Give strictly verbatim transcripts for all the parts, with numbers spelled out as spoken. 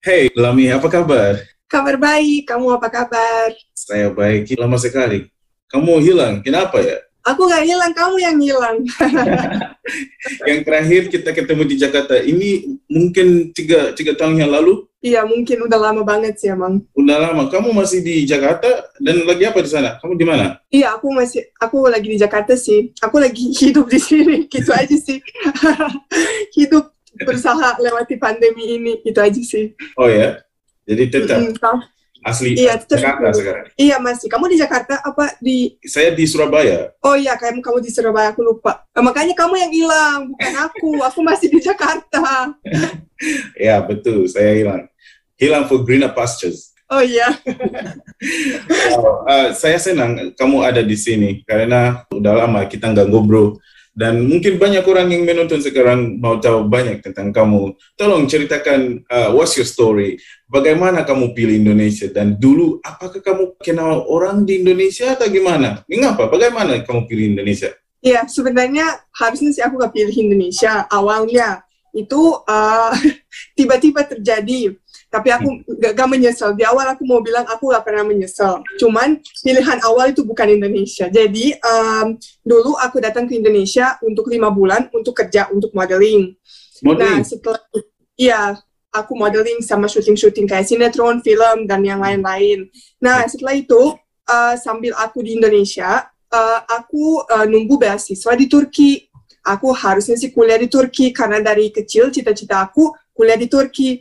Hey, Lami, apa kabar? Kabar baik, kamu apa kabar? Saya baik, lama sekali. Kamu hilang, kenapa ya? Aku nggak hilang, kamu yang hilang. Yang terakhir kita ketemu di Jakarta, ini mungkin tiga, tiga tahun yang lalu? Iya, mungkin udah lama banget sih emang. Udah lama. Kamu masih di Jakarta dan lagi apa di sana? Kamu di mana? Iya, aku masih, aku lagi di Jakarta sih. Aku lagi hidup di sini, gitu aja sih. Hidup berusaha lewati pandemi ini, itu aja sih. Oh ya, jadi tetap Mm-mm, kau- asli Iya, tetap. Jakarta sekarang. Iya masih. Kamu di Jakarta apa di? Saya di Surabaya. Oh iya, kamu kamu di Surabaya, aku lupa. Eh, makanya kamu yang hilang, bukan aku. Aku masih di Jakarta. Ya, betul, saya hilang. Hilang for greener pastures. Oh iya. Wow, uh, saya senang kamu ada di sini karena udah lama kita nggak ngobrol dan mungkin banyak orang yang menonton sekarang mau tahu banyak tentang kamu. Tolong ceritakan uh, what's your story, bagaimana kamu pilih Indonesia dan dulu apakah kamu kenal orang di Indonesia atau gimana? Mengapa? Bagaimana kamu pilih Indonesia? Iya, sebenarnya harusnya sih aku gak pilih Indonesia awalnya. Itu uh, tiba-tiba terjadi. Tapi aku gak, gak menyesal. Di awal aku mau bilang aku gak pernah menyesal. Cuman pilihan awal itu bukan Indonesia. Jadi um, dulu aku datang ke Indonesia untuk lima bulan untuk kerja, untuk modeling. Modeling? Nah, setelah, iya, aku modeling sama syuting-syuting kayak sinetron, film, dan yang lain-lain. Nah, setelah itu, uh, sambil aku di Indonesia, uh, aku uh, nunggu beasiswa di Turki. Aku harusnya sih kuliah di Turki, karena dari kecil cita-cita aku kuliah di Turki.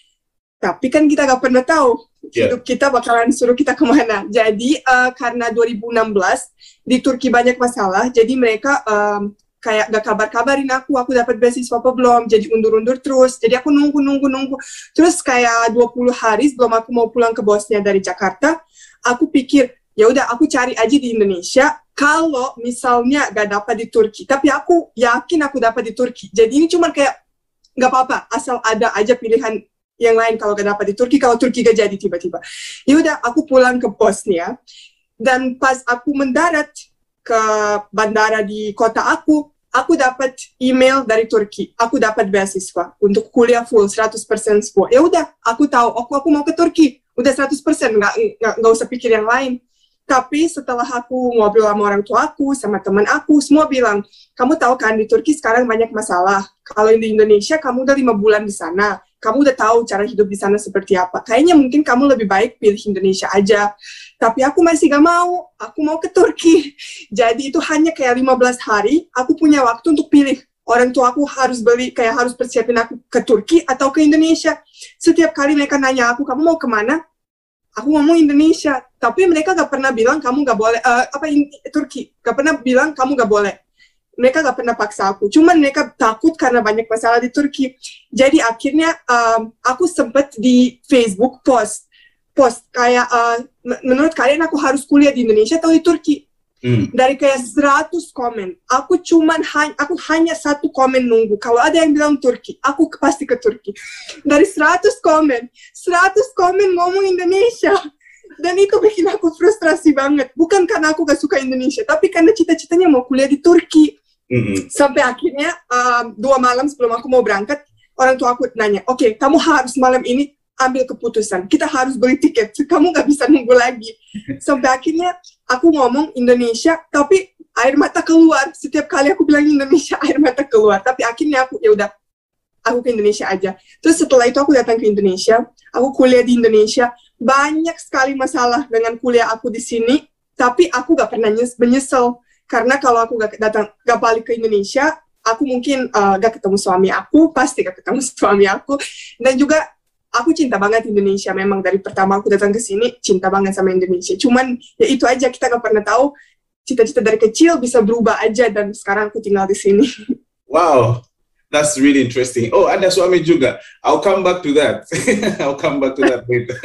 Tapi kan kita gak pernah tahu hidup kita bakalan suruh kita kemana. Jadi uh, karena dua ribu enam belas di Turki banyak masalah, jadi mereka um, kayak gak kabar-kabarin aku, aku dapat beasiswa apa belum, jadi undur-undur terus. Jadi aku nunggu-nunggu-nunggu. Terus kayak dua puluh hari sebelum aku mau pulang ke Bosnia dari Jakarta, aku pikir, ya udah aku cari aja di Indonesia, kalau misalnya gak dapat di Turki. Tapi aku yakin aku dapat di Turki. Jadi ini cuma kayak, gak apa-apa, asal ada aja pilihan yang lain kalau gak dapat di Turki, kalau Turki gak jadi tiba-tiba. Ya udah, aku pulang ke Bosnia, dan pas aku mendarat ke bandara di kota aku, aku dapat email dari Turki. Aku dapat beasiswa untuk kuliah full seratus persen semua. Ya udah, aku tahu, aku aku mau ke Turki. Udah seratus persen, nggak nggak nggak usah pikir yang lain. Tapi setelah aku ngobrol sama orang tua aku, sama teman aku, semua bilang, kamu tahu kan di Turki sekarang banyak masalah. Kalau di Indonesia, kamu udah lima bulan di sana. Kamu udah tahu cara hidup di sana seperti apa. Kayaknya mungkin kamu lebih baik pilih Indonesia aja. Tapi aku masih gak mau. Aku mau ke Turki. Jadi itu hanya kayak lima belas hari, aku punya waktu untuk pilih. Orang tua aku harus beli, kayak harus persiapin aku ke Turki atau ke Indonesia. Setiap kali mereka nanya aku, kamu mau kemana? Aku ngomong Indonesia. Tapi mereka gak pernah bilang, kamu gak boleh, uh, apa, in, Turki. Gak pernah bilang, kamu gak boleh. Mereka gak pernah paksa aku, cuman mereka takut karena banyak masalah di Turki. Jadi akhirnya um, aku sempat di Facebook post, post kayak uh, menurut kalian aku harus kuliah di Indonesia atau di Turki? Hmm. Dari kayak seratus komen, aku cuman ha- aku hanya satu komen nunggu. Kalau ada yang bilang Turki, aku pasti ke Turki. Dari seratus komen, seratus komen ngomong Indonesia. Dan itu bikin aku frustrasi banget. Bukan karena aku gak suka Indonesia, tapi karena cita-citanya mau kuliah di Turki. Mm-hmm. Sampai akhirnya um, dua malam sebelum aku mau berangkat, orang tua aku nanya, oke, okay, kamu harus malam ini ambil keputusan, kita harus beli tiket, kamu gak bisa nunggu lagi. Sampai akhirnya aku ngomong Indonesia, tapi air mata keluar. Setiap kali aku bilang Indonesia, air mata keluar. Tapi akhirnya aku, ya udah, aku ke Indonesia aja. Terus setelah itu aku datang ke Indonesia, aku kuliah di Indonesia. Banyak sekali masalah dengan kuliah aku di sini, tapi aku gak pernah menyesal. Karena kalau aku gak datang, gak balik ke Indonesia, aku mungkin uh, gak ketemu suami aku, pasti gak ketemu suami aku. Dan juga aku cinta banget Indonesia. Memang dari pertama aku datang ke sini, cinta banget sama Indonesia. Cuman ya itu aja, kita gak pernah tahu cita-cita dari kecil bisa berubah aja, dan sekarang aku tinggal di sini. Wow, that's really interesting. Oh, ada suami juga. I'll come back to that. I'll come back to that later.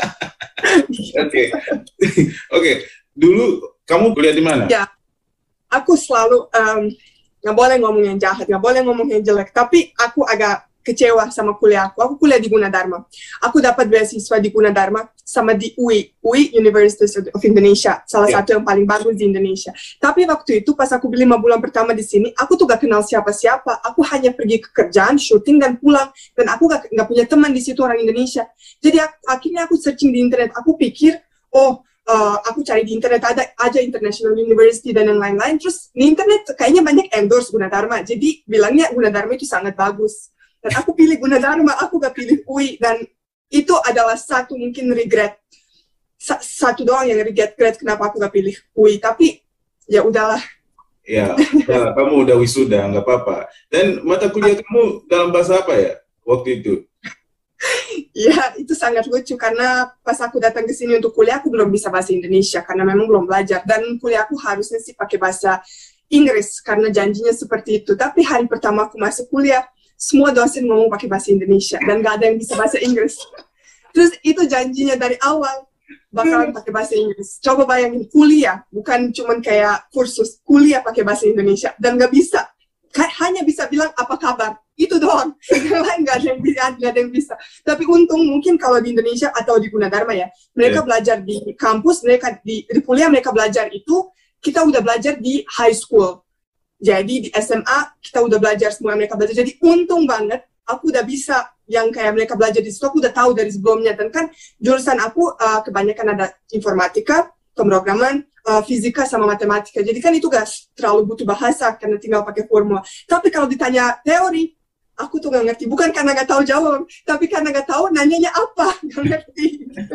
Oke, oke. Dulu kamu kuliah di mana? Ya. Aku selalu um, nggak boleh ngomong yang jahat, nggak boleh ngomong yang jelek, tapi aku agak kecewa sama kuliah aku. Aku kuliah di Gunadarma. Aku dapat beasiswa di Gunadarma sama di U I, U I University of Indonesia, salah yeah. satu yang paling bagus di Indonesia. Tapi waktu itu pas aku lima bulan pertama di sini, aku tuh gak kenal siapa-siapa. Aku hanya pergi ke kerjaan, syuting dan pulang. Dan aku gak, gak punya teman di situ orang Indonesia. Jadi ak akhirnya aku searching di internet. Aku pikir, oh uh, aku cari di internet ada aja International University dan yang lain-lain. Terus di internet kayaknya banyak endorse Gunadarma. Jadi bilangnya Gunadarma itu sangat bagus. Dan aku pilih Gunadarma, aku gak pilih U I. Dan itu adalah satu mungkin regret. Sa satu doang yang regret, regret kenapa aku gak pilih U I. Tapi ya udahlah. Ya, ya kamu udah wisuda, nggak apa-apa. Dan mata kuliah kamu dalam bahasa apa ya waktu itu? Ya, itu sangat lucu karena pas aku datang ke sini untuk kuliah, aku belum bisa bahasa Indonesia karena memang belum belajar. Dan kuliah aku harusnya sih pakai bahasa Inggris karena janjinya seperti itu. Tapi hari pertama aku masuk kuliah, semua dosen ngomong pakai bahasa Indonesia dan gak ada yang bisa bahasa Inggris. Terus itu janjinya dari awal bakalan pakai bahasa Inggris. Coba bayangin kuliah, bukan cuman kayak kursus, kuliah pakai bahasa Indonesia dan gak bisa. Hanya bisa bilang apa kabar, itu doang. Yang lain gak ada yang bisa, gak ada yang bisa. Tapi untung mungkin kalau di Indonesia atau di Gunadarma ya, mereka yeah. belajar di kampus, mereka di, di kuliah mereka belajar itu, kita udah belajar di high school. Jadi di S M A kita udah belajar semua yang mereka belajar. Jadi untung banget aku udah bisa yang kayak mereka belajar di situ, aku udah tahu dari sebelumnya. Dan kan jurusan aku uh, kebanyakan ada informatika, pemrograman, uh, fisika sama matematika. Jadi kan itu gak terlalu butuh bahasa karena tinggal pakai formula. Tapi kalau ditanya teori, aku tuh gak ngerti. Bukan karena gak tahu jawab, tapi karena gak tahu nanyanya apa. Gak ngerti.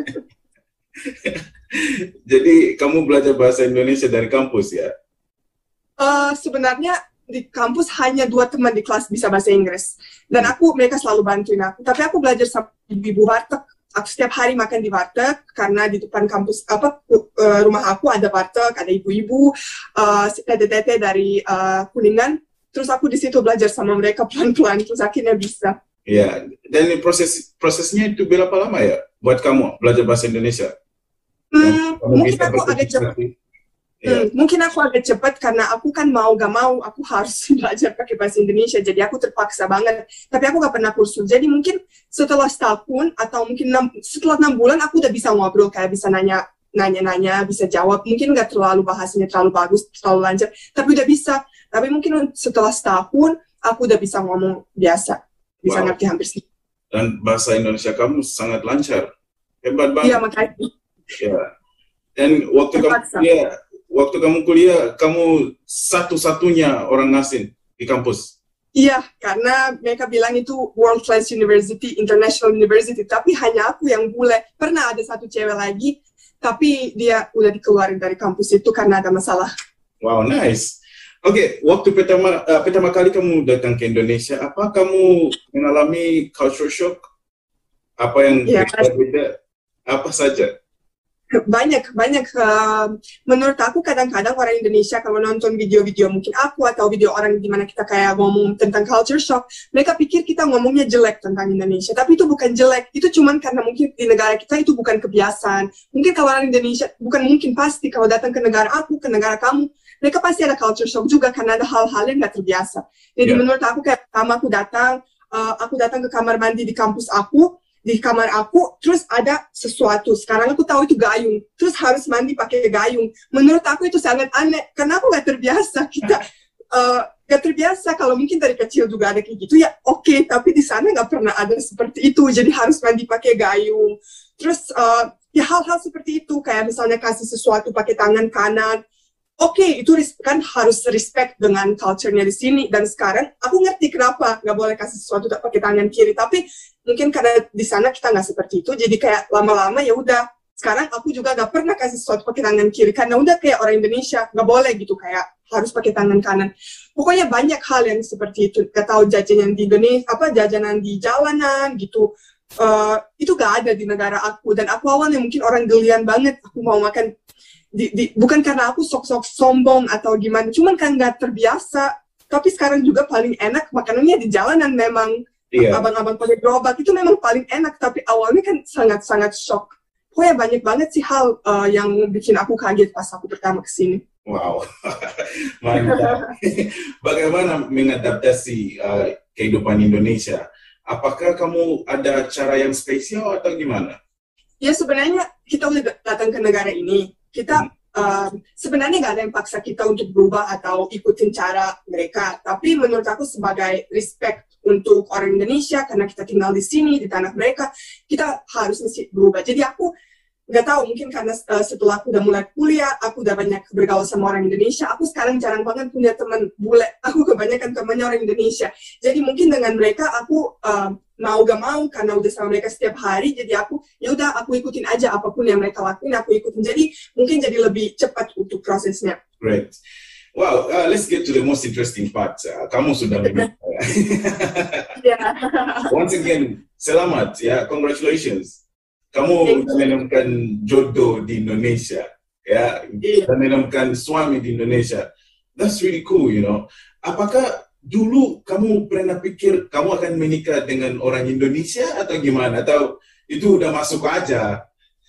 Jadi kamu belajar bahasa Indonesia dari kampus ya? Uh, sebenarnya di kampus hanya dua teman di kelas bisa bahasa Inggris. Dan aku, mereka selalu bantuin aku. Tapi aku belajar sama ibu warteg. Aku setiap hari makan di warteg, karena di depan kampus, apa, uh, rumah aku ada warteg, ada ibu-ibu, uh, tete-tete dari uh, Kuningan. Terus aku di situ belajar sama mereka pelan-pelan, terus akhirnya bisa. Iya, dan proses prosesnya itu berapa lama ya buat kamu belajar bahasa Indonesia? Hmm, mungkin aku agak cepat. Hmm, yeah. Mungkin aku agak cepat karena aku kan mau gak mau aku harus belajar pakai bahasa Indonesia, jadi aku terpaksa banget. Tapi aku gak pernah kursus, jadi mungkin setelah setahun atau mungkin enam, setelah enam bulan aku udah bisa ngobrol, kayak bisa nanya nanya-nanya, bisa jawab. Mungkin gak terlalu bahasanya terlalu bagus, terlalu lancar, tapi udah bisa. Tapi mungkin setelah setahun aku udah bisa ngomong biasa, bisa wow. ngerti hampir sih. Dan bahasa Indonesia kamu sangat lancar, hebat banget. Iya, makanya. Ya. Dan waktu terpaksa. kamu kuliah Waktu kamu kuliah, kamu satu-satunya orang asing di kampus? Iya, karena mereka bilang itu World Class University, International University, tapi hanya aku yang bule. Pernah ada satu cewek lagi, tapi dia udah dikeluarin dari kampus itu karena ada masalah. Wow, nice. Oke, okay, waktu pertama, uh, pertama kali kamu datang ke Indonesia, apa kamu mengalami culture shock? Apa yang ya, berbeda? Apa saja? Banyak, banyak. Uh, menurut aku kadang-kadang orang Indonesia kalau nonton video-video mungkin aku atau video orang di mana kita kayak ngomong tentang culture shock, mereka pikir kita ngomongnya jelek tentang Indonesia. Tapi itu bukan jelek, itu cuman karena mungkin di negara kita itu bukan kebiasaan. Mungkin kalau orang Indonesia, bukan mungkin pasti kalau datang ke negara aku, ke negara kamu, mereka pasti ada culture shock juga karena ada hal-hal yang gak terbiasa. Jadi yeah. menurut aku kayak pertama aku datang, uh, aku datang ke kamar mandi di kampus aku, di kamar aku, terus ada sesuatu. Sekarang aku tahu itu gayung. Terus harus mandi pakai gayung. Menurut aku itu sangat aneh. Karena aku gak terbiasa. Kita uh, gak terbiasa. Kalau mungkin dari kecil juga ada kayak gitu, ya oke. Okay. Tapi di sana gak pernah ada seperti itu. Jadi harus mandi pakai gayung. Terus uh, ya hal-hal seperti itu. Kayak misalnya kasih sesuatu pakai tangan kanan. Oke, okay, itu kan harus respect dengan culture-nya di sini. Dan sekarang aku ngerti kenapa nggak boleh kasih sesuatu pakai tangan kiri. Tapi mungkin karena di sana kita nggak seperti itu. Jadi kayak lama-lama ya udah. Sekarang aku juga nggak pernah kasih sesuatu pakai tangan kiri karena udah kayak orang Indonesia nggak boleh gitu, kayak harus pakai tangan kanan. Pokoknya banyak hal yang seperti itu. Gak tahu jajanan di Indonesia, apa jajanan di jalanan gitu. Uh, itu gak ada di negara aku. Dan aku awalnya mungkin orang gelian banget. Aku mau makan. Di, di, bukan karena aku sok-sok sombong atau gimana, cuman kan nggak terbiasa. Tapi sekarang juga paling enak makanannya di jalanan memang. Iya. Abang-abang pakai gerobak itu memang paling enak, tapi awalnya kan sangat-sangat shock. Pokoknya banyak banget sih hal uh, yang bikin aku kaget pas aku pertama kesini. Wow, mantap. Bagaimana mengadaptasi uh, kehidupan Indonesia? apakah kamu ada cara yang spesial atau gimana? Ya sebenarnya kita udah datang ke negara ini, kita hmm. uh, sebenarnya nggak ada yang paksa kita untuk berubah atau ikutin cara mereka. Tapi menurut aku sebagai respect untuk orang Indonesia, karena kita tinggal di sini, di tanah mereka, kita harus mesti berubah. Jadi aku nggak tahu, mungkin karena uh, setelah aku udah mulai kuliah, aku udah banyak bergaul sama orang Indonesia, aku sekarang jarang banget punya teman bule, aku kebanyakan temannya orang Indonesia. Jadi mungkin dengan mereka aku uh, mau gak mau, karena udah sama mereka setiap hari, jadi aku, ya udah aku ikutin aja apapun yang mereka lakuin, aku ikutin. Jadi mungkin jadi lebih cepat untuk prosesnya. Great. Well, uh, let's get to the most interesting part. Uh, kamu sudah menikah. Yeah. Once again, selamat ya, congratulations. Kamu menemukan jodoh di Indonesia, ya, yeah. Dan menemukan suami di Indonesia. That's really cool, you know. Apakah dulu kamu pernah pikir kamu akan menikah dengan orang Indonesia atau gimana? Atau itu udah masuk aja?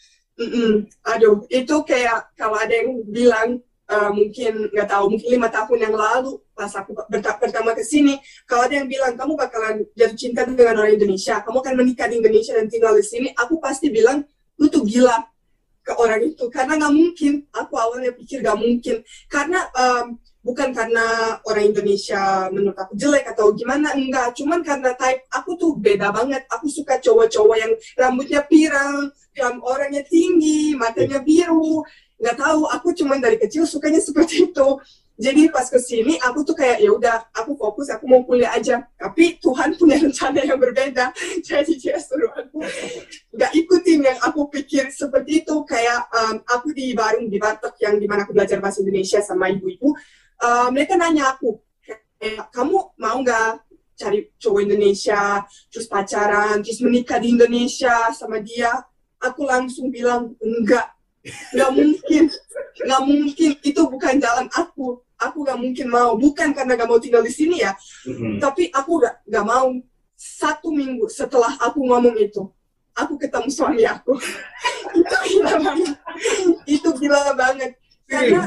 Mm-mm. Aduh, itu kayak kalau ada yang bilang uh, mungkin nggak tahu, mungkin lima tahun yang lalu pas aku pertama ke sini, kalau ada yang bilang kamu bakalan jatuh cinta dengan orang Indonesia, kamu akan menikah di Indonesia dan tinggal di sini, aku pasti bilang lu tuh gila ke orang itu, karena nggak mungkin. Aku awalnya pikir nggak mungkin, karena um, bukan karena orang Indonesia menurut aku jelek atau gimana, enggak, cuman karena type aku tuh beda banget. Aku suka cowok-cowok yang rambutnya pirang, yang orangnya tinggi, matanya biru, nggak tahu, aku cuman dari kecil sukanya seperti itu. Jadi pas kesini aku tuh kayak ya udah, aku fokus, aku mau kuliah aja. Tapi Tuhan punya rencana yang berbeda. Jadi dia suruh aku nggak ikutin yang aku pikir seperti itu. Kayak um, aku di Barung, di Batok, yang dimana aku belajar bahasa Indonesia sama ibu-ibu. Uh, mereka nanya aku, kayak, kamu mau nggak cari cowok Indonesia, terus pacaran, terus menikah di Indonesia sama dia? Aku langsung bilang enggak. Nggak mungkin, nggak mungkin, itu bukan jalan aku. Aku nggak mungkin mau, bukan karena nggak mau tinggal di sini ya, mm-hmm. tapi aku nggak nggak mau. Satu minggu setelah aku ngomong itu, aku ketemu suami aku. Itu gila banget, itu gila banget, karena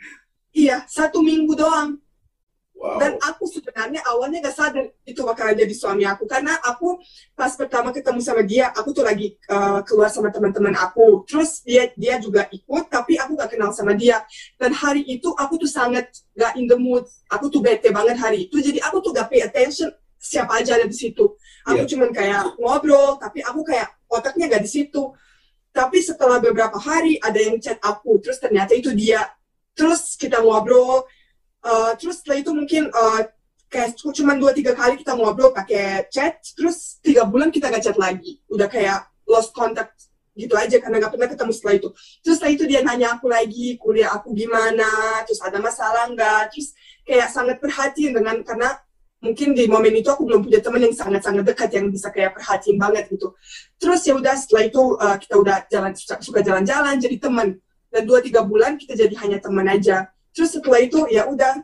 iya satu minggu doang. Wow. Dan aku sebenarnya awalnya gak sadar itu bakalan jadi suami aku, karena aku pas pertama ketemu sama dia, aku tuh lagi uh, keluar sama teman-teman aku, terus dia dia juga ikut, tapi aku gak kenal sama dia. Dan hari itu aku tuh sangat gak in the mood, aku tuh bete banget hari itu, jadi aku tuh gak pay attention siapa aja ada di situ. Aku yeah. cuman kayak ngobrol, tapi aku kayak otaknya gak di situ. Tapi setelah beberapa hari ada yang chat aku, terus ternyata itu dia. Terus kita ngobrol. Uh, terus setelah itu mungkin uh, kayak cuma dua tiga kali kita ngobrol pakai chat, terus tiga bulan kita gak chat lagi, udah kayak lost contact gitu aja karena gak pernah ketemu setelah itu. Terus setelah itu dia nanya aku lagi kuliah aku gimana, terus ada masalah nggak, terus kayak sangat perhatian dengan, karena mungkin di momen itu aku belum punya teman yang sangat-sangat dekat yang bisa kayak perhatiin banget gitu. Terus ya udah setelah itu uh, kita udah jalan suka jalan-jalan jadi teman, dan dua tiga bulan kita jadi hanya teman aja. Terus setelah itu ya udah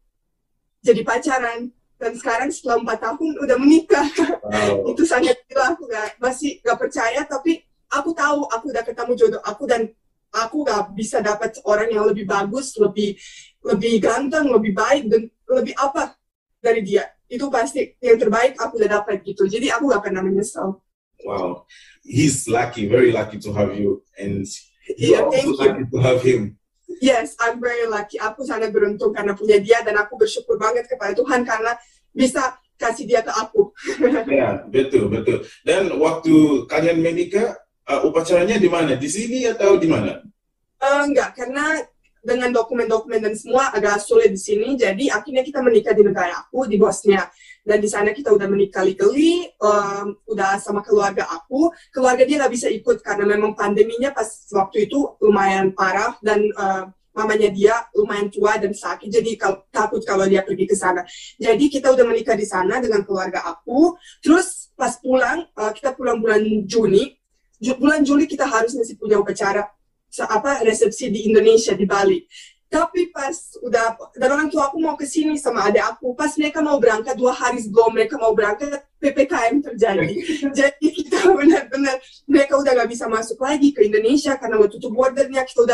jadi pacaran, dan sekarang setelah empat tahun udah menikah. Wow. Itu sangat gila, aku gak, masih gak percaya, tapi aku tahu aku udah ketemu jodoh aku, dan aku gak bisa dapat orang yang lebih bagus, lebih lebih ganteng, lebih baik, dan lebih apa dari dia. Itu pasti yang terbaik aku udah dapat gitu. Jadi aku gak pernah menyesal. Wow, he's lucky, very lucky to have you, and you yeah, are also lucky to have him. Yes, I'm very lucky. Aku sangat beruntung karena punya dia, dan aku bersyukur banget kepada Tuhan karena bisa kasih dia ke aku. Ya, betul, betul. Dan waktu kalian menikah, uh, upacaranya di mana? Di sini atau di mana? Uh, enggak, karena dengan dokumen-dokumen dan semua agak sulit di sini, jadi akhirnya kita menikah di negara aku, di Bosnia. Dan di sana kita udah menikah legally, um, udah sama keluarga aku. Keluarga dia nggak bisa ikut karena memang pandeminya pas waktu itu lumayan parah, dan uh, mamanya dia lumayan tua dan sakit, jadi kal- takut kalau dia pergi ke sana. Jadi kita udah menikah di sana dengan keluarga aku. Terus pas pulang, uh, kita pulang bulan Juni. Ju- bulan Juli kita harus masih punya upacara apa resepsi di Indonesia, di Bali. Tapi pas udah, dan orang tua aku mau ke sini sama adik aku, pas mereka mau berangkat, dua hari sebelum mereka mau berangkat, P P K M terjadi. Jadi kita benar-benar, mereka udah gak bisa masuk lagi ke Indonesia karena udah tutup bordernya, kita udah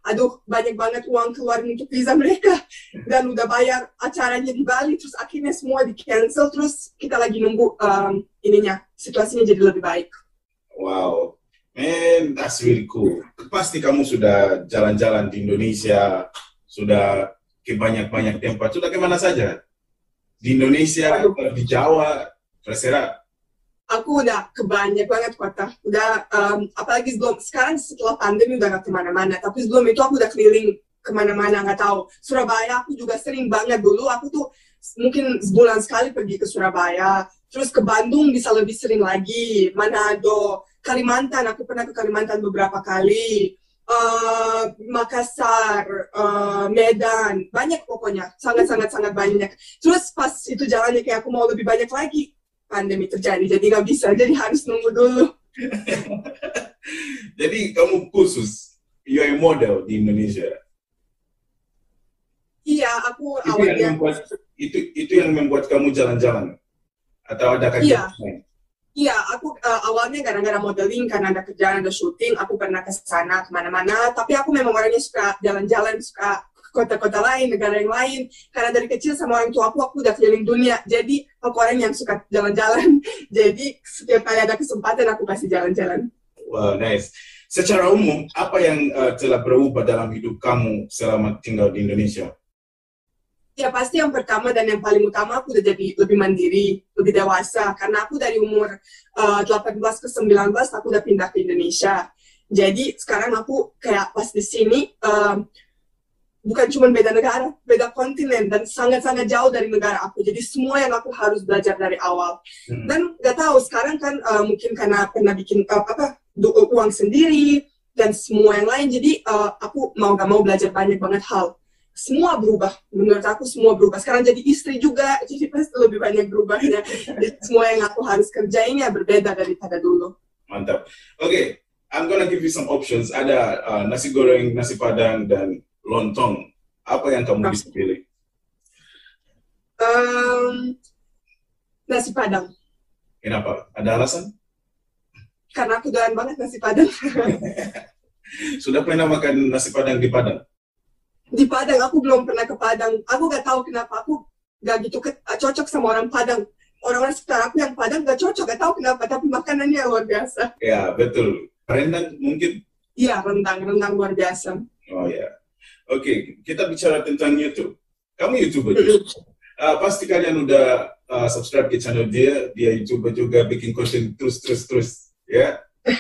aduh banyak banget uang keluar untuk visa mereka dan udah bayar acaranya di Bali, terus akhirnya semua di cancel, terus kita lagi nunggu um, ininya situasinya jadi lebih baik. Wow, man, that's really cool. Pasti kamu sudah jalan-jalan di Indonesia, sudah ke banyak-banyak tempat, sudah kemana saja? Di Indonesia, aduh, di Jawa, terserah. Aku udah ke banyak banget kota, udah um, apalagi sebelum sekarang setelah pandemi udah gak kemana-mana, tapi sebelum itu aku udah keliling kemana-mana, nggak tahu. Surabaya aku juga sering banget dulu, aku tuh mungkin sebulan sekali pergi ke Surabaya, terus ke Bandung bisa lebih sering lagi, Manado, Kalimantan, aku pernah ke Kalimantan beberapa kali, uh, Makassar, uh, Medan, banyak pokoknya, sangat-sangat-sangat banyak. Terus pas itu jalannya kayak aku mau lebih banyak lagi, pandemi terjadi, jadi nggak bisa, jadi harus nunggu dulu. Jadi kamu khusus, you're a model di Indonesia? Iya, aku itu awalnya. Yang membuat, itu, itu yang membuat kamu jalan-jalan? Atau ada Iya, kerjaan? iya aku uh, awalnya gara-gara modeling, karena ada kerjaan, ada syuting, aku pernah ke sana, kemana-mana, tapi aku memang orangnya suka jalan-jalan, suka kota-kota lain, negara yang lain, karena dari kecil sama orang tua aku, aku udah keliling dunia, jadi aku orang yang suka jalan-jalan, jadi setiap kali ada kesempatan aku pasti jalan-jalan. Wow, nice. Secara umum, apa yang uh, telah berubah dalam hidup kamu selama tinggal di Indonesia? Ya pasti yang pertama dan yang paling utama aku udah jadi lebih mandiri, lebih dewasa, karena aku dari umur uh, delapan belas ke sembilan belas aku udah pindah ke Indonesia, jadi sekarang aku kayak pas di sini, uh, bukan cuma beda negara, beda kontinen, dan sangat-sangat jauh dari negara aku. Jadi semua yang aku harus belajar dari awal. Hmm. Dan nggak tahu, sekarang kan uh, mungkin karena pernah bikin uh, apa uang sendiri, dan semua yang lain, jadi uh, aku mau gak mau belajar banyak banget hal. Semua berubah, menurut aku semua berubah. Sekarang jadi istri juga, jadi pasti lebih banyak berubahnya. Jadi semua yang aku harus kerjainnya berbeda daripada dulu. Mantap. Oke, okay, I'm gonna give you some options. Ada uh, nasi goreng, nasi padang, dan lontong. Apa yang kamu bisa pilih? Um, nasi padang. Kenapa? Ada alasan? Karena aku doyan banget nasi padang. Sudah pernah makan nasi padang di Padang? Di Padang, aku belum pernah ke Padang. Aku gak tahu kenapa aku gak gitu ke, cocok sama orang Padang. Orang-orang sekitar aku yang Padang gak cocok, gak tahu kenapa, tapi makanannya luar biasa. Ya, betul. Rendang mungkin? Iya, rendang, rendang luar biasa. Oh ya. Oke, okay, kita bicara tentang YouTube. Kamu YouTuber juga. Uh, pasti kalian udah uh, subscribe ke channel dia, dia YouTuber juga, bikin konten terus-terus-terus, ya?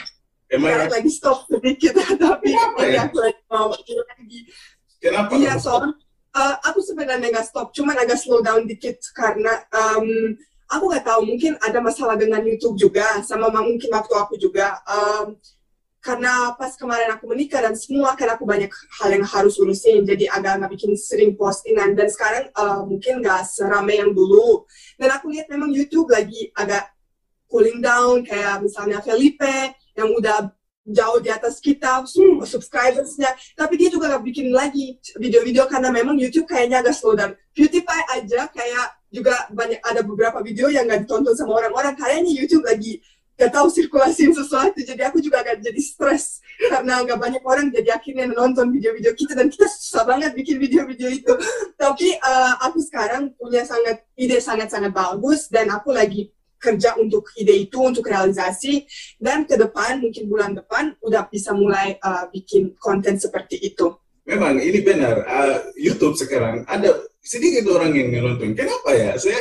Emang lagi stop sedikit, tapi ya? aku lagi mau lagi. Kenapa? Iya, soalnya uh, aku sebenarnya nggak stop, cuman agak slow down dikit karena um, aku nggak tahu, mungkin ada masalah dengan YouTube juga, sama mungkin waktu aku juga. Um, Karena pas kemarin aku menikah dan semua, karena aku banyak hal yang harus urusin, jadi agak nggak bikin sering postingan. Dan sekarang uh, mungkin nggak seramai yang dulu. Dan aku lihat memang YouTube lagi agak cooling down, kayak misalnya Felipe yang udah jauh di atas kita, hmm. subscribersnya. Tapi dia juga nggak bikin lagi video-video karena memang YouTube kayaknya agak slow down. PewDiePie aja kayak juga banyak, ada beberapa video yang nggak ditonton sama orang-orang. Kayaknya YouTube lagi gak tahu sirkulasiin sesuatu, jadi aku juga agak jadi stres karena gak banyak orang jadi akhirnya nonton video-video kita, dan kita susah banget bikin video-video itu. Tapi uh, aku sekarang punya sangat ide sangat-sangat bagus, dan aku lagi kerja untuk ide itu, untuk realisasi, dan ke depan, mungkin bulan depan udah bisa mulai uh, bikin konten seperti itu. Memang ini benar, uh, YouTube sekarang ada sedikit orang yang nonton. Kenapa ya? Saya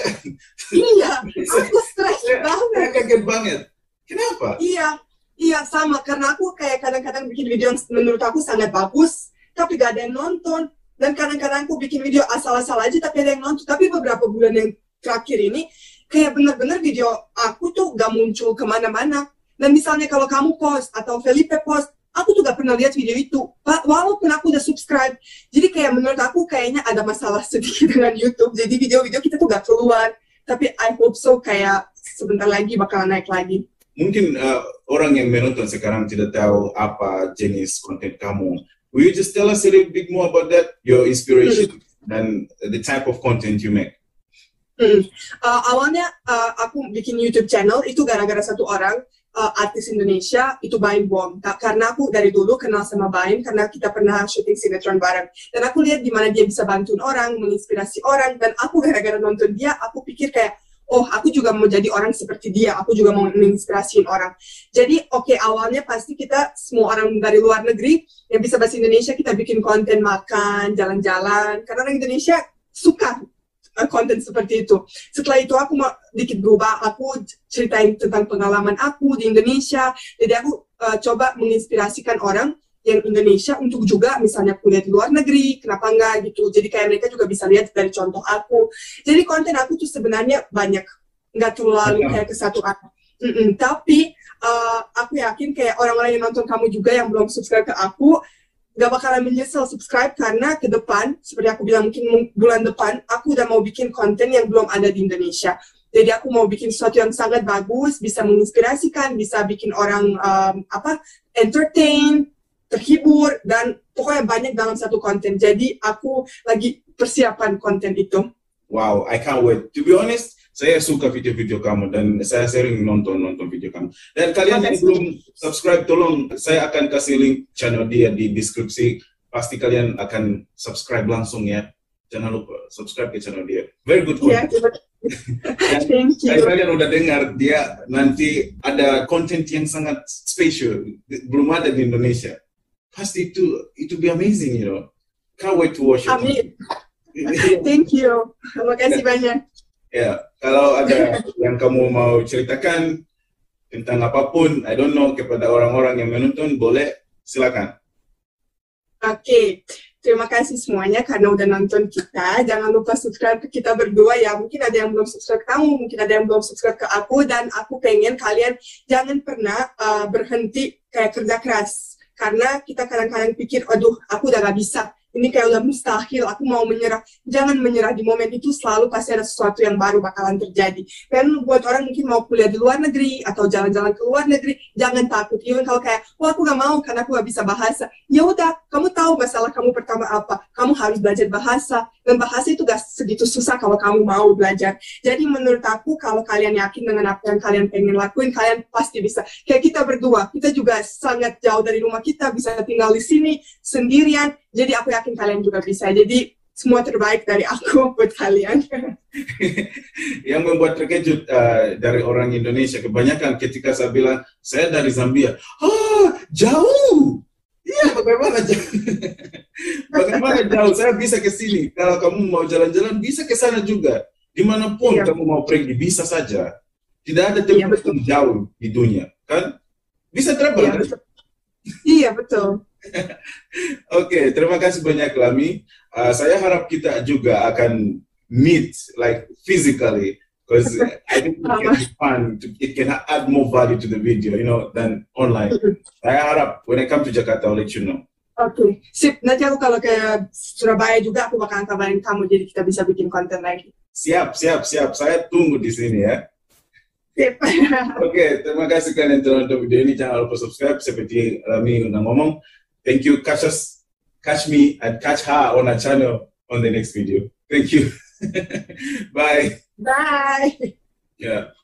iya, aku stres banget. Saya kaget banget. Kenapa? Iya, iya sama, karena aku kayak kadang-kadang bikin video yang menurut aku sangat bagus, tapi gak ada yang nonton. Dan kadang-kadang aku bikin video asal-asal aja, tapi ada yang nonton. Tapi beberapa bulan yang terakhir ini, kayak benar-benar video aku tuh gak muncul kemana-mana. Dan misalnya kalau kamu post, atau Felipe post, aku tuh gak pernah lihat video itu, walaupun aku udah subscribe. Jadi kayak menurut aku kayaknya ada masalah sedikit dengan YouTube, jadi video-video kita tuh gak keluar. Tapi I hope so, kayak sebentar lagi bakalan naik lagi. Mungkin uh, orang yang menonton sekarang tidak tahu apa jenis konten kamu. Will you just tell us a little bit more about that, your inspiration mm-hmm. dan the type of content you make? Mm. Uh, awalnya uh, aku bikin YouTube channel itu gara-gara satu orang. uh, artis Indonesia itu Baim Wong. Karena aku dari dulu kenal sama Baim karena kita pernah syuting sinetron bareng. Dan aku lihat gimana dia bisa bantuin orang, menginspirasi orang. Dan aku gara-gara nonton dia, aku pikir kayak, oh aku juga mau jadi orang seperti dia, aku juga mau menginspirasiin orang. Jadi oke okay, awalnya pasti kita semua orang dari luar negeri yang bisa bahasa Indonesia, kita bikin konten makan, jalan-jalan. Karena orang Indonesia suka konten seperti itu. Setelah itu aku mau dikit berubah, aku ceritain tentang pengalaman aku di Indonesia. Jadi aku uh, coba menginspirasikan orang yang Indonesia untuk juga misalnya kuliah di luar negeri, kenapa enggak gitu. Jadi kayak mereka juga bisa lihat dari contoh aku. Jadi konten aku tuh sebenarnya banyak, nggak terlalu kayak kesatuan. Mm-mm. Tapi uh, aku yakin kayak orang-orang yang nonton kamu juga yang belum subscribe ke aku, gak bakalan menyesal subscribe karena ke depan, seperti aku bilang mungkin bulan depan, aku udah mau bikin konten yang belum ada di Indonesia. Jadi aku mau bikin sesuatu yang sangat bagus, bisa menginspirasikan, bisa bikin orang um, apa entertain, terhibur, dan pokoknya banyak dalam satu konten. Jadi aku lagi persiapan konten itu. Wow, I can't wait. To be honest, saya suka video-video kamu dan saya sering nonton-nonton video kamu. Dan kalian yang belum subscribe, tolong saya akan kasih link channel dia di deskripsi. Pasti kalian akan subscribe langsung ya. Jangan lupa subscribe ke channel dia. Very good content. Yeah, thank you. Kalian udah dengar dia nanti ada konten yang sangat special, belum ada di Indonesia. Pasti itu itu be amazing, you know. Can't wait to watch it. Amin. Thank you. Terima kasih banyak. Ya, kalau ada yang kamu mau ceritakan tentang apapun, I don't know, kepada orang-orang yang menonton, boleh, silakan. Oke, okay. Terima kasih semuanya karena udah nonton kita. Jangan lupa subscribe ke kita berdua ya. Mungkin ada yang belum subscribe ke kamu, mungkin ada yang belum subscribe ke aku, dan aku pengen kalian jangan pernah uh, berhenti kayak kerja keras. Karena kita kadang-kadang pikir, aduh, aku udah gak bisa. Ini kayak udah mustahil, aku mau menyerah. Jangan menyerah, di momen itu selalu pasti ada sesuatu yang baru bakalan terjadi. Dan buat orang mungkin mau kuliah di luar negeri, atau jalan-jalan ke luar negeri, jangan takut. Even kalau kayak, wah aku gak mau karena aku gak bisa bahasa. Ya udah, kamu tahu masalah kamu pertama apa. Kamu harus belajar bahasa. Dan bahasa itu gak segitu susah kalau kamu mau belajar. Jadi menurut aku, kalau kalian yakin dengan apa yang kalian pengen lakuin, kalian pasti bisa. Kayak kita berdua, kita juga sangat jauh dari rumah kita, bisa tinggal di sini, sendirian. Jadi aku yakin kalian juga bisa. Jadi semua terbaik dari aku buat kalian. Yang membuat terkejut uh, dari orang Indonesia, kebanyakan ketika saya bilang, saya dari Zambia. Ah, jauh! Iya, bagaimana jauh? Bagaimana jauh? Saya bisa ke sini. Kalau kamu mau jalan-jalan, bisa ke sana juga. Dimanapun iya. Kamu mau pergi, bisa saja. Tidak ada tempat iya, yang jauh di dunia. Kan? Bisa travel, iya, kan? Betul. Iya, betul. Oke, okay, terima kasih banyak Lami. Uh, saya harap kita juga akan meet like physically, because I think it can be fun. To, it can add more value to the video, you know, than online. Saya harap when I come to Jakarta, I'll let you know. Oke, okay. Sip. Nanti aku kalau ke Surabaya juga aku bakalan kabarin kamu, jadi kita bisa bikin konten lagi. Siap, siap, siap. Saya tunggu di sini ya. Sip. Oke, okay, terima kasih kalian telah nonton video ini. Jangan lupa subscribe seperti Lami udah ngomong. Thank you. Catch us, catch me, and catch her on our channel on the next video. Thank you. Bye. Bye. Yeah.